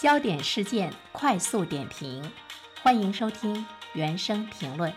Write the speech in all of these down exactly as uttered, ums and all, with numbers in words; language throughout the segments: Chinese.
焦点事件快速点评，欢迎收听原声评论。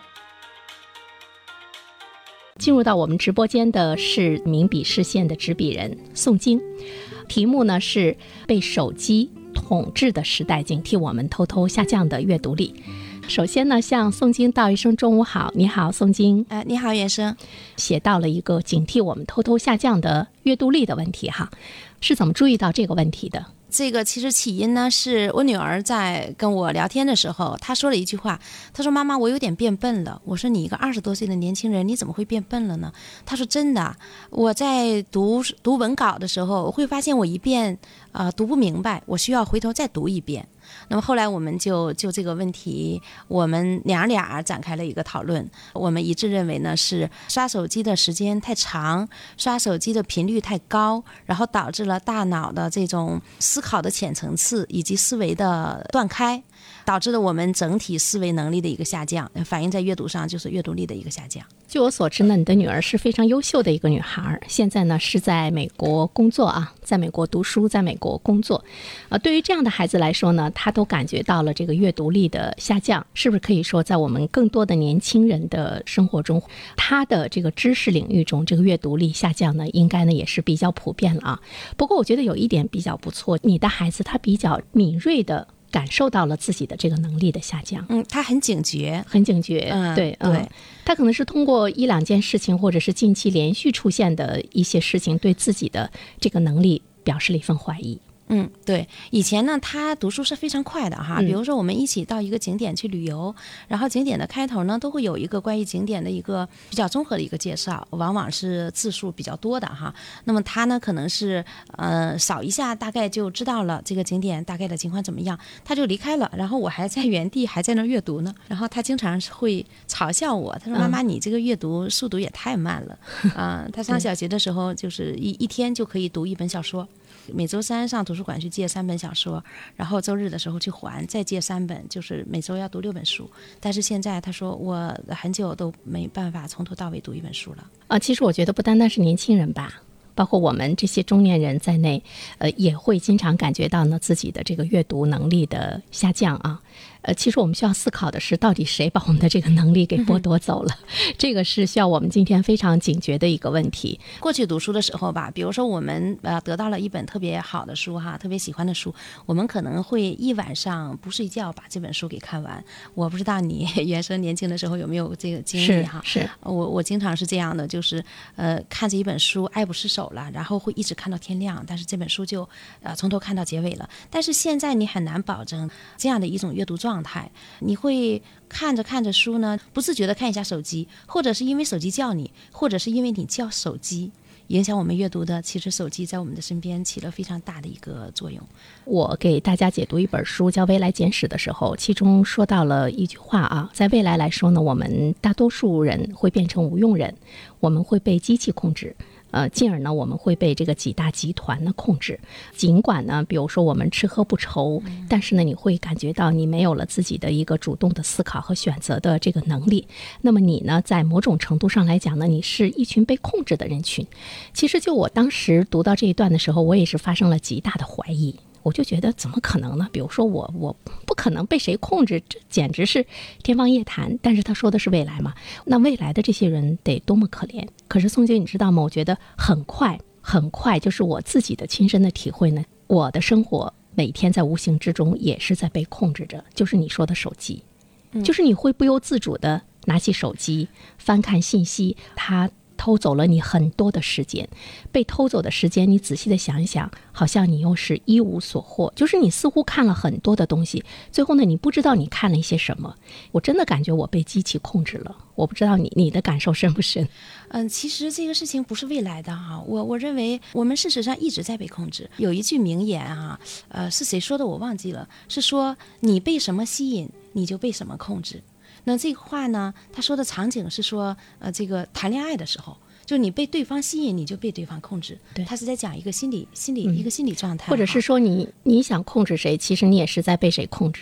进入到我们直播间的是名笔视线的执笔人宋晶，题目呢是被手机统治的时代，警惕我们偷偷下降的阅读力。首先呢，向宋晶道一声中午好。你好，宋晶。 呃，你好，原生。 写到了一个警惕我们偷偷下降的阅读力的问题哈，是怎么注意到这个问题的？ 这个其实起因呢，是我女儿在跟我聊天的时候，她说了一句话，她说妈妈，我有点变笨了。我说你一个二十多岁的年轻人，你怎么会变笨了呢？她说真的，我在读读文稿的时候，我会发现我一遍呃读不明白，我需要回头再读一遍。那么后来我们就就这个问题，我们娘俩展开了一个讨论。我们一致认为呢，是刷手机的时间太长，刷手机的频率太高，然后导致了大脑的这种思考的浅层次以及思维的断开，导致了我们整体思维能力的一个下降，反映在阅读上就是阅读力的一个下降。 据我所知呢，你的女儿是非常优秀的一个女孩，现在呢是在美国工作啊，在美国读书，在美国工作。呃，对于这样的孩子来说呢，他都感觉到了这个阅读力的下降，是不是可以说在我们更多的年轻人的生活中，他的这个知识领域中，这个阅读力下降呢，应该呢也是比较普遍了啊。不过我觉得有一点比较不错，你的孩子他比较敏锐的感受到了自己的这个能力的下降。 嗯，他很警觉， 很警觉。 嗯， 对， 对、 嗯，他可能是通过一两件事情，或者是近期连续出现的一些事情，对自己的这个能力表示了一份怀疑。 嗯，对，以前呢，他读书是非常快的哈。比如说，我们一起到一个景点去旅游，嗯、然后景点的开头呢，都会有一个关于景点的一个比较综合的一个介绍，往往是字数比较多的哈。那么他呢，可能是呃扫一下，大概就知道了这个景点大概的情况怎么样，他就离开了。然后我还在原地还在那阅读呢。然后他经常会嘲笑我，他说：“妈妈，你这个阅读速度也太慢了啊、呃！”他上小学的时候，就是一一天就可以读一本小说。每周三上图书馆去借三本小说，然后周日的时候去还，再借三本，就是每周要读六本书。但是现在他说我很久都没办法从头到尾读一本书了。 啊，其实我觉得不单单是年轻人吧，包括我们这些中年人在内，呃，也会经常感觉到呢自己的这个阅读能力的下降啊。呃，其实我们需要思考的是，到底谁把我们的这个能力给剥夺走了？嗯、这个是需要我们今天非常警觉的一个问题。 过去读书的时候吧，比如说我们呃得到了一本特别好的书哈，特别喜欢的书，我们可能会一晚上不睡觉把这本书给看完。我不知道你原生年轻的时候有没有这个经历哈？ 是，是我我经常是这样的，就是呃看着一本书爱不释手了，然后会一直看到天亮，但是这本书就呃从头看到结尾了。但是现在你很难保证这样的一种阅读状态，你会看着看着书呢，不自觉的看一下手机，或者是因为手机叫你，或者是因为你叫手机，影响我们阅读的。其实手机在我们的身边起了非常大的一个作用。 我给大家解读一本书叫《未来简史》的时候，其中说到了一句话啊，在未来来说呢，我们大多数人会变成无用人，我们会被机器控制。呃，进而呢，我们会被这个几大集团呢控制。尽管呢，比如说我们吃喝不愁，但是呢，你会感觉到你没有了自己的一个主动的思考和选择的这个能力。那么你呢，在某种程度上来讲呢，你是一群被控制的人群。其实就我当时读到这一段的时候，我也是发生了极大的怀疑。我就觉得怎么可能呢？比如说我我不可能被谁控制，这简直是天方夜谭。但是他说的是未来嘛，那未来的这些人得多么可怜。可是宋姐你知道吗？我觉得很快很快，就是我自己的亲身的体会呢，我的生活每天在无形之中也是在被控制着，就是你说的手机，就是你会不由自主的拿起手机翻看信息，它偷走了你很多的时间。被偷走的时间，你仔细的想一想，好像你又是一无所获，就是你似乎看了很多的东西，最后呢，你不知道你看了一些什么。我真的感觉我被机器控制了，我不知道你你的感受深不深？ 嗯，其实这个事情不是未来的哈，我我认为我们事实上一直在被控制。有一句名言啊，呃，是谁说的我忘记了，是说你被什么吸引，你就被什么控制。那这个话呢，他说的场景是说，呃，这个谈恋爱的时候，就你被对方吸引，你就被对方控制。 对， 他是在讲一个心理、心理、嗯、一个心理状态， 或者是说你你想控制谁，其实你也是在被谁控制。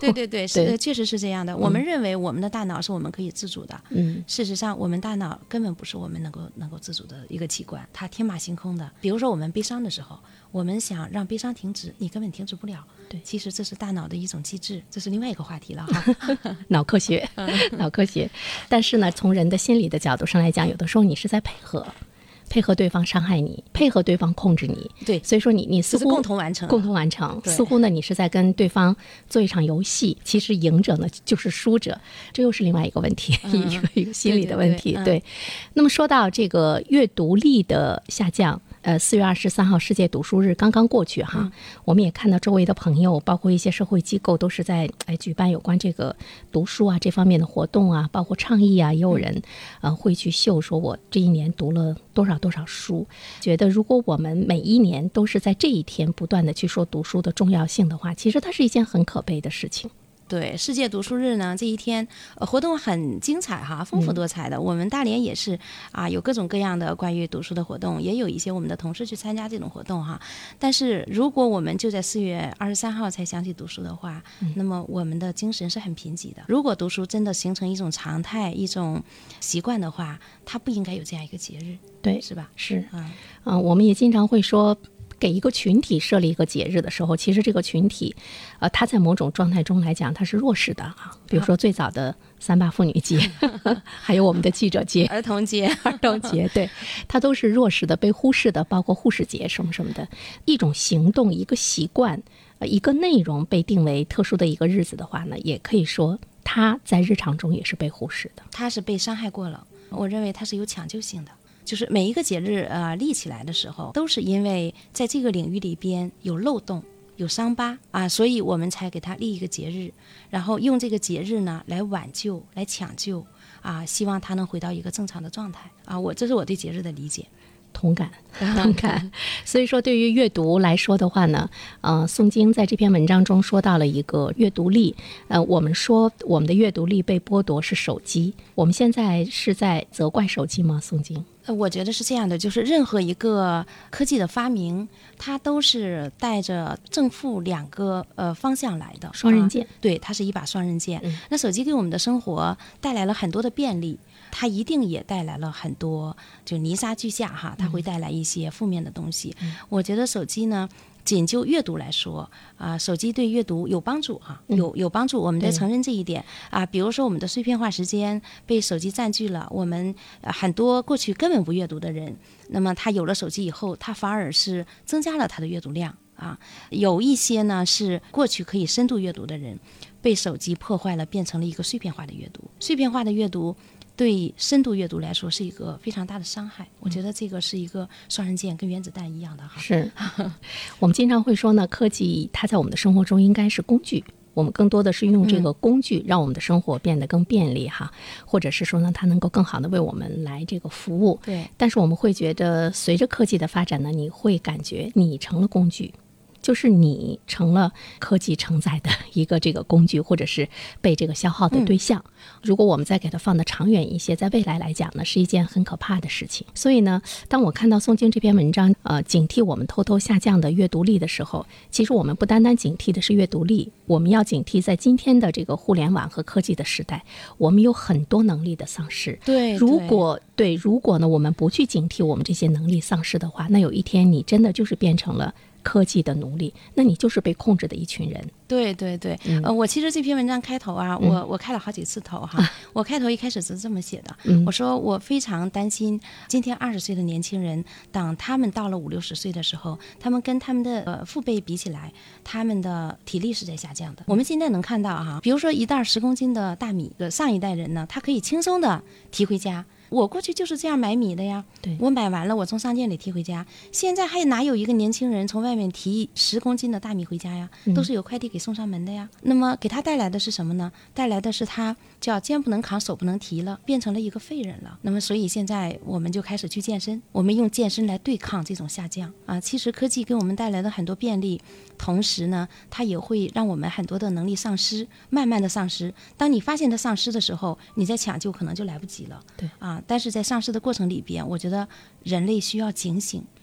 对对对，是确实是这样的。我们认为我们的大脑是我们可以自主的， 嗯， 事实上我们大脑根本不是我们能够能够自主的一个器官，它天马行空的。比如说我们悲伤的时候，我们想让悲伤停止，你根本停止不了。 对， 其实这是大脑的一种机制，这是另外一个话题了哈。 脑科学，脑科学。但是呢，从人的心理的角度上来讲，有的时候你是在配合。配合对方伤害你，配合对方控制你， 对， 所以说你你似乎共同完成， 共同完成，似乎呢你是在跟对方做一场游戏，其实赢者呢就是输者，这又是另外一个问题，嗯、一个一个心理的问题。对, 对, 对, 对，那么说到这个阅读力的下降。呃，四月二十三号世界读书日刚刚过去哈、嗯，我们也看到周围的朋友，包括一些社会机构，都是在哎举办有关这个读书啊这方面的活动啊，包括倡议啊，也有人呃会去秀说我这一年读了多少多少书。觉得如果我们每一年都是在这一天不断的去说读书的重要性的话，其实它是一件很可悲的事情。 对，世界读书日呢，这一天、呃、活动很精彩哈，丰富多彩的。嗯、我们大连也是啊，有各种各样的关于读书的活动，也有一些我们的同事去参加这种活动哈。但是如果我们就在四月二十三号才想起读书的话、嗯，那么我们的精神是很贫瘠的。如果读书真的形成一种常态、一种习惯的话，它不应该有这样一个节日， 对， 是吧？ 是， 嗯， 呃、我们也经常会说。给一个群体设立一个节日的时候，其实这个群体，呃，它在某种状态中来讲，它是弱势的啊。比如说最早的三八妇女节，还有我们的记者节、 儿童节、 儿童节，对，它都是弱势的、被忽视的，包括护士节什么什么的。一种行动、一个习惯、呃，一个内容被定为特殊的一个日子的话呢，也可以说它在日常中也是被忽视的。 它是被伤害过了，我认为它是有抢救性的。就是每一个节日呃立起来的时候，都是因为在这个领域里边有漏洞、有伤疤啊，所以我们才给它立一个节日，然后用这个节日呢来挽救、来抢救啊，希望它能回到一个正常的状态啊。我这是我对节日的理解。 同感，同感。所以说，对于阅读来说的话呢，呃，宋晶在这篇文章中说到了一个阅读力。呃，我们说我们的阅读力被剥夺是手机，我们现在是在责怪手机吗？宋晶？ 呃，我觉得是这样的，就是任何一个科技的发明，它都是带着正负两个呃方向来的， 双刃剑、啊。 对，它是一把双刃剑、 嗯。 那手机给我们的生活带来了很多的便利，它一定也带来了很多就泥沙俱下哈，它会带来一些负面的东西。嗯、我觉得手机呢，仅就阅读来说啊、呃，手机对阅读有帮助哈、啊，有有帮助，我们得承认这一点啊。比如说我们的碎片化时间被手机占据了，我们、呃、很多过去根本不阅读的人，那么他有了手机以后，他反而是增加了他的阅读量啊。有一些呢是过去可以深度阅读的人，被手机破坏了，变成了一个碎片化的阅读。碎片化的阅读对深度阅读来说是一个非常大的伤害，我觉得这个是一个双刃剑，跟原子弹一样的哈。 是，我们经常会说呢，科技它在我们的生活中应该是工具，我们更多的是用这个工具让我们的生活变得更便利哈、嗯，或者是说呢，它能够更好的为我们来这个服务。 对， 但是我们会觉得，随着科技的发展呢，你会感觉你成了工具。就是你成了科技承载的一个这个工具，或者是被这个消耗的对象。嗯、如果我们再给它放得长远一些，在未来来讲呢，是一件很可怕的事情。所以呢，当我看到宋晶这篇文章，呃，警惕我们偷偷下降的阅读力的时候，其实我们不单单警惕的是阅读力，我们要警惕在今天的这个互联网和科技的时代，我们有很多能力的丧失。 对， 如果对，如果呢，我们不去警惕我们这些能力丧失的话，那有一天你真的就是变成了科技的奴隶，那你就是被控制的一群人。 对对对、嗯、呃，我其实这篇文章开头啊，我我开了好几次头哈、啊，我开头一开始是这么写的、嗯，我说我非常担心今天二十岁的年轻人，当他们到了五六十岁的时候，他们跟他们的呃父辈比起来，他们的体力是在下降的。我们现在能看到哈、啊，比如说一袋十公斤的大米，上一代人呢，他可以轻松的提回家。我过去就是这样买米的呀， 对， 我买完了，我从商店里提回家。现在还哪有一个年轻人从外面提十公斤的大米回家呀？都是有快递给送上门的呀。嗯、那么给他带来的是什么呢？带来的是他叫肩不能扛，手不能提了，变成了一个废人了。那么所以现在我们就开始去健身，我们用健身来对抗这种下降啊。其实科技给我们带来了很多便利，同时呢，它也会让我们很多的能力丧失，慢慢的丧失。当你发现它丧失的时候，你在抢救可能就来不及了。 对啊。但是在丧失的过程里边，我觉得人类需要警醒，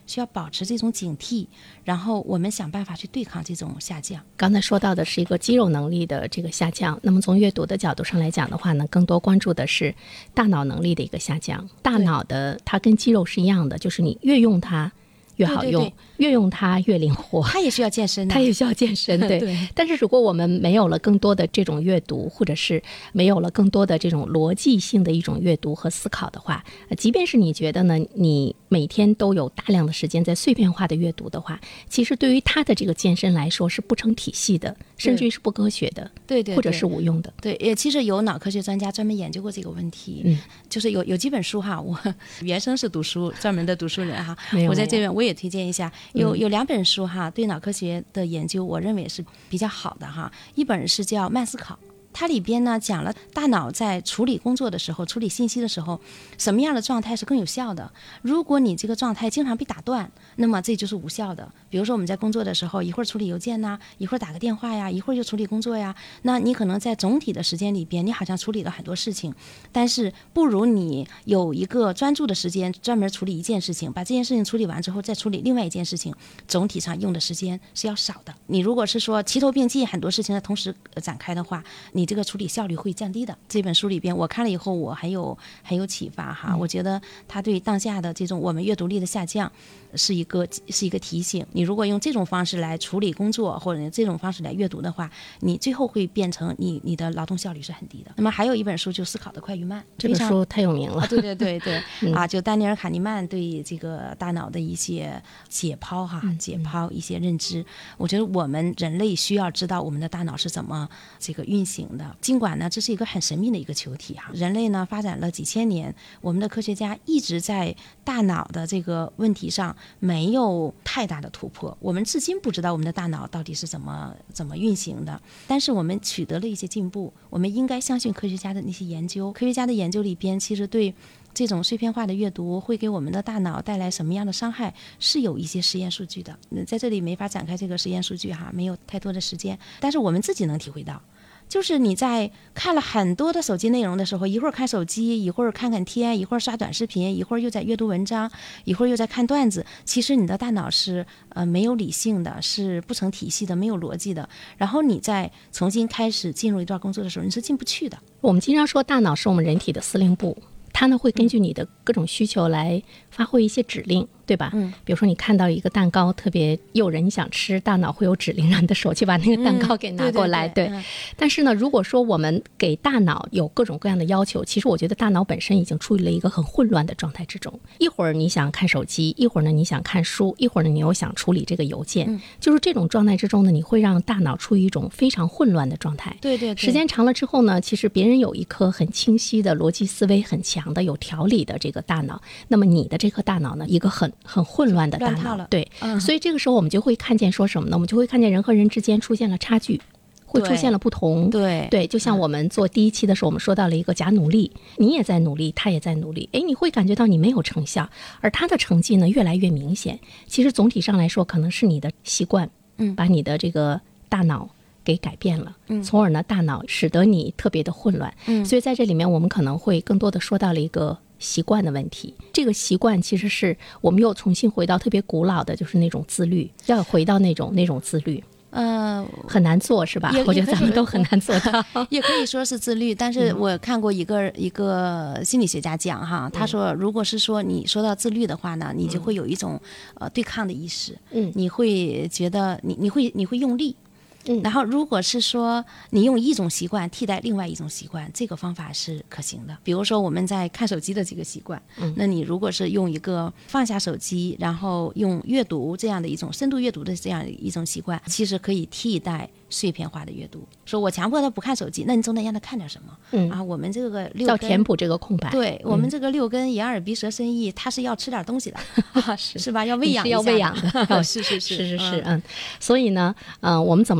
需要保持这种警惕，然后我们想办法去对抗这种下降。 刚才说到的是一个肌肉能力的这个下降，那么从阅读的角度上来讲的话呢，更多关注的是大脑能力的一个下降。大脑的它跟肌肉是一样的，就是你越用它越好用， 对对对， 越用它越灵活。 它也需要健身的， 它也需要健身，对。 对， 但是如果我们没有了更多的这种阅读，或者是没有了更多的这种逻辑性的一种阅读和思考的话，呃即便是你觉得呢，你每天都有大量的时间在碎片化的阅读的话，其实对于他的这个健身来说是不成体系的，甚至于是不科学的， 对对对， 或者是无用的。 对，也其实有脑科学专家专门研究过这个问题， 嗯， 就是有有几本书哈，我原生是读书专门的读书人哈， 没有我在这没有边我也推荐一下，有嗯有两本书哈，对脑科学的研究我认为是比较好的哈，一本是叫《慢思考》。它里边呢讲了大脑在处理工作的时候、处理信息的时候，什么样的状态是更有效的。如果你这个状态经常被打断，那么这就是无效的。比如说我们在工作的时候，一会儿处理邮件呐，一会儿打个电话呀，一会儿又处理工作呀，那你可能在总体的时间里边，你好像处理了很多事情，但是不如你有一个专注的时间，专门处理一件事情，把这件事情处理完之后再处理另外一件事情，总体上用的时间是要少的。你如果是说齐头并进，很多事情的同时展开的话，你这个处理效率会降低的。这本书里边我看了以后，我很有很有启发哈、嗯，我觉得它对当下的这种我们阅读力的下降是一个是一个提醒。你如果用这种方式来处理工作，或者这种方式来阅读的话，你最后会变成你你的劳动效率是很低的。那么还有一本书就思考的快与慢， 这本书太有名了， 啊、对对对对、 嗯、 啊，就丹尼尔卡尼曼对这个大脑的一些解剖哈，解剖一些认知、嗯、我觉得我们人类需要知道我们的大脑是怎么这个运行的。尽管呢这是一个很神秘的一个球体哈，人类呢发展了几千年，我们的科学家一直在大脑的这个问题上没有太大的突破，我们至今不知道我们的大脑到底是怎么怎么运行的，但是我们取得了一些进步，我们应该相信科学家的那些研究。科学家的研究里边其实对这种碎片化的阅读会给我们的大脑带来什么样的伤害是有一些实验数据的，在这里没法展开这个实验数据哈，没有太多的时间，但是我们自己能体会到，就是你在看了很多的手机内容的时候，一会儿看手机，一会儿看看天，一会儿刷短视频，一会儿又在阅读文章，一会儿又在看段子，其实你的大脑是呃没有理性的，是不成体系的，没有逻辑的，然后你再重新开始进入一段工作的时候，你是进不去的。 我们经常说大脑是我们人体的司令部，它呢会根据你的各种需求来发挥一些指令，对吧？嗯，比如说你看到一个蛋糕特别诱人，你想吃，大脑会有指令让你的手去把那个蛋糕给拿过来。 嗯、对, 对, 对, 对。但是呢，如果说我们给大脑有各种各样的要求，其实我觉得大脑本身已经处于了一个很混乱的状态之中。一会儿你想看手机，一会儿呢你想看书，一会儿呢你又想处理这个邮件，嗯、就是这种状态之中呢，你会让大脑处于一种非常混乱的状态。 对对对。 时间长了之后呢，其实别人有一颗很清晰的逻辑思维很强的有条理的这个大脑，那么你的这颗大脑呢，一个很很混乱的大脑，对、嗯，所以这个时候我们就会看见说什么呢？我们就会看见人和人之间出现了差距，会出现了不同。 对对, 对，就像我们做第一期的时候，我们说到了一个假努力，你也在努力，他也在努力，哎，你会感觉到你没有成效，而他的成绩呢越来越明显。其实总体上来说，可能是你的习惯，嗯，把你的这个大脑给改变了，嗯，从而呢，大脑使得你特别的混乱，嗯，所以在这里面我们可能会更多的说到了一个习惯的问题。这个习惯其实是我们又重新回到特别古老的，就是那种自律，要回到那种那种自律。呃，很难做是吧？我觉得咱们都很难做到。 也可以说是自律，但是我看过一个、嗯、一个心理学家讲哈，他说，如果是说你说到自律的话呢，你就会有一种呃对抗的意识，嗯，你会觉得你你会你会用力。嗯，然后如果是说你用一种习惯替代另外一种习惯，这个方法是可行的。比如说我们在看手机的这个习惯，嗯，那你如果是用一个放下手机，然后用阅读这样的一种深度阅读的这样一种习惯，其实可以替代碎片化的阅读。说我强迫他不看手机，那你总得让他看点什么，嗯啊，我们这个六根要填补这个空白。 对、嗯、我们这个六根眼耳鼻舌身意，他是要吃点东西的，是, 是吧？要喂养一下， 是要喂养的， 是是是是是是，嗯。所以呢，嗯、呃，我们怎么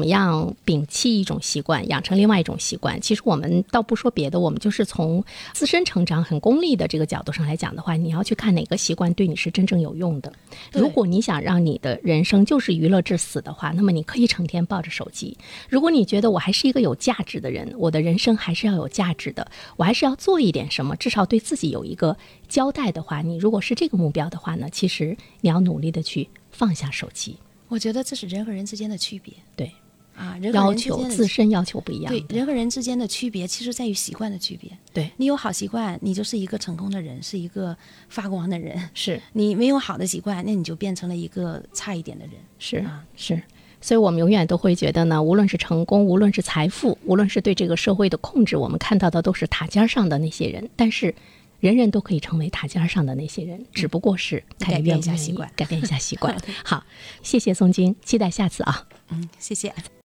样摒弃一种习惯，养成另外一种习惯。其实我们倒不说别的，我们就是从自身成长很功利的这个角度上来讲的话，你要去看哪个习惯对你是真正有用的。如果你想让你的人生就是娱乐至死的话，那么你可以成天抱着手机。如果你觉得我还是一个有价值的人，我的人生还是要有价值的，我还是要做一点什么，至少对自己有一个交代的话，你如果是这个目标的话呢，其实你要努力的去放下手机。 我觉得这是人和人之间的区别。 对啊，人和要人之间的求自身要求不一样。 对，人和人之间的区别其实在于习惯的区别。 对， 你有好习惯，你就是一个成功的人，是一个发光的人。 是你没有好的习惯，那你就变成了一个差一点的人。 是啊， 是。所以我们永远都会觉得呢，无论是成功，无论是财富，无论是对这个社会的控制，我们看到的都是塔尖上的那些人，但是人人都可以成为塔尖上的那些人，只不过是看你愿不愿意改变一下习惯。好，谢谢宋晶，期待下次啊。 嗯，谢谢。